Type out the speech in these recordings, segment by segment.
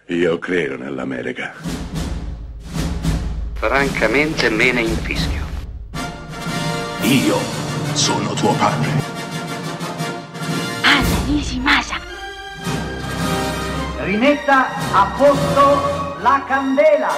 Io credo nell'America. Francamente me ne infischio. Io sono tuo padre. Anna Nishimasa. Rimetta a posto la candela.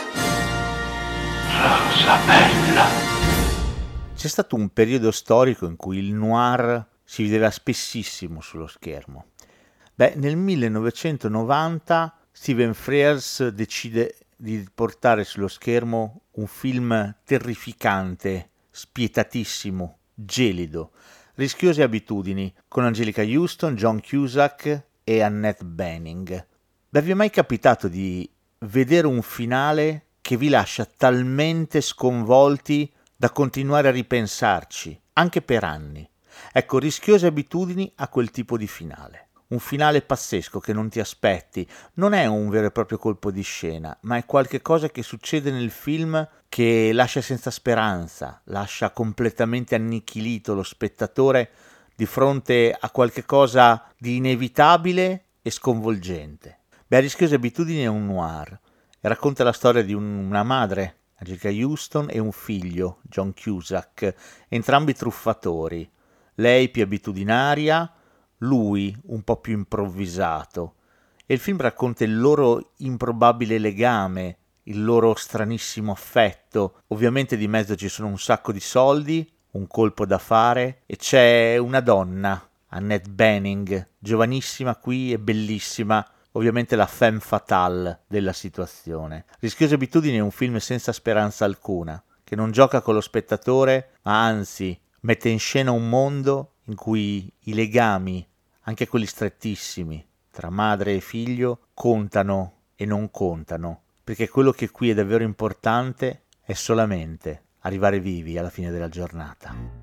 Rosa bella. C'è stato un periodo storico in cui il noir si vedeva spessissimo sullo schermo. Nel 1990 Stephen Frears decide di portare sullo schermo un film terrificante, spietatissimo, gelido, Rischiose abitudini, con Angelica Houston, John Cusack e Annette Bening. Vi è mai capitato di vedere un finale che vi lascia talmente sconvolti da continuare a ripensarci, anche per anni? Ecco, Rischiose abitudini ha quel tipo di finale. Un finale pazzesco che non ti aspetti. Non è un vero e proprio colpo di scena, ma è qualche cosa che succede nel film che lascia senza speranza, lascia completamente annichilito lo spettatore di fronte a qualche cosa di inevitabile e sconvolgente. Rischiose abitudini è un noir e racconta la storia di una madre, Angelica Houston, e un figlio, John Cusack, entrambi truffatori. Lei più abitudinaria, lui un po' più improvvisato, e il film racconta il loro improbabile legame, il loro stranissimo affetto. Ovviamente di mezzo ci sono un sacco di soldi, un colpo da fare, e c'è una donna, Annette Bening, giovanissima qui e bellissima, ovviamente la femme fatale della situazione. Rischiose abitudini è un film senza speranza alcuna, che non gioca con lo spettatore, ma anzi mette in scena un mondo in cui i legami, anche quelli strettissimi, tra madre e figlio, contano e non contano, perché quello che qui è davvero importante è solamente arrivare vivi alla fine della giornata.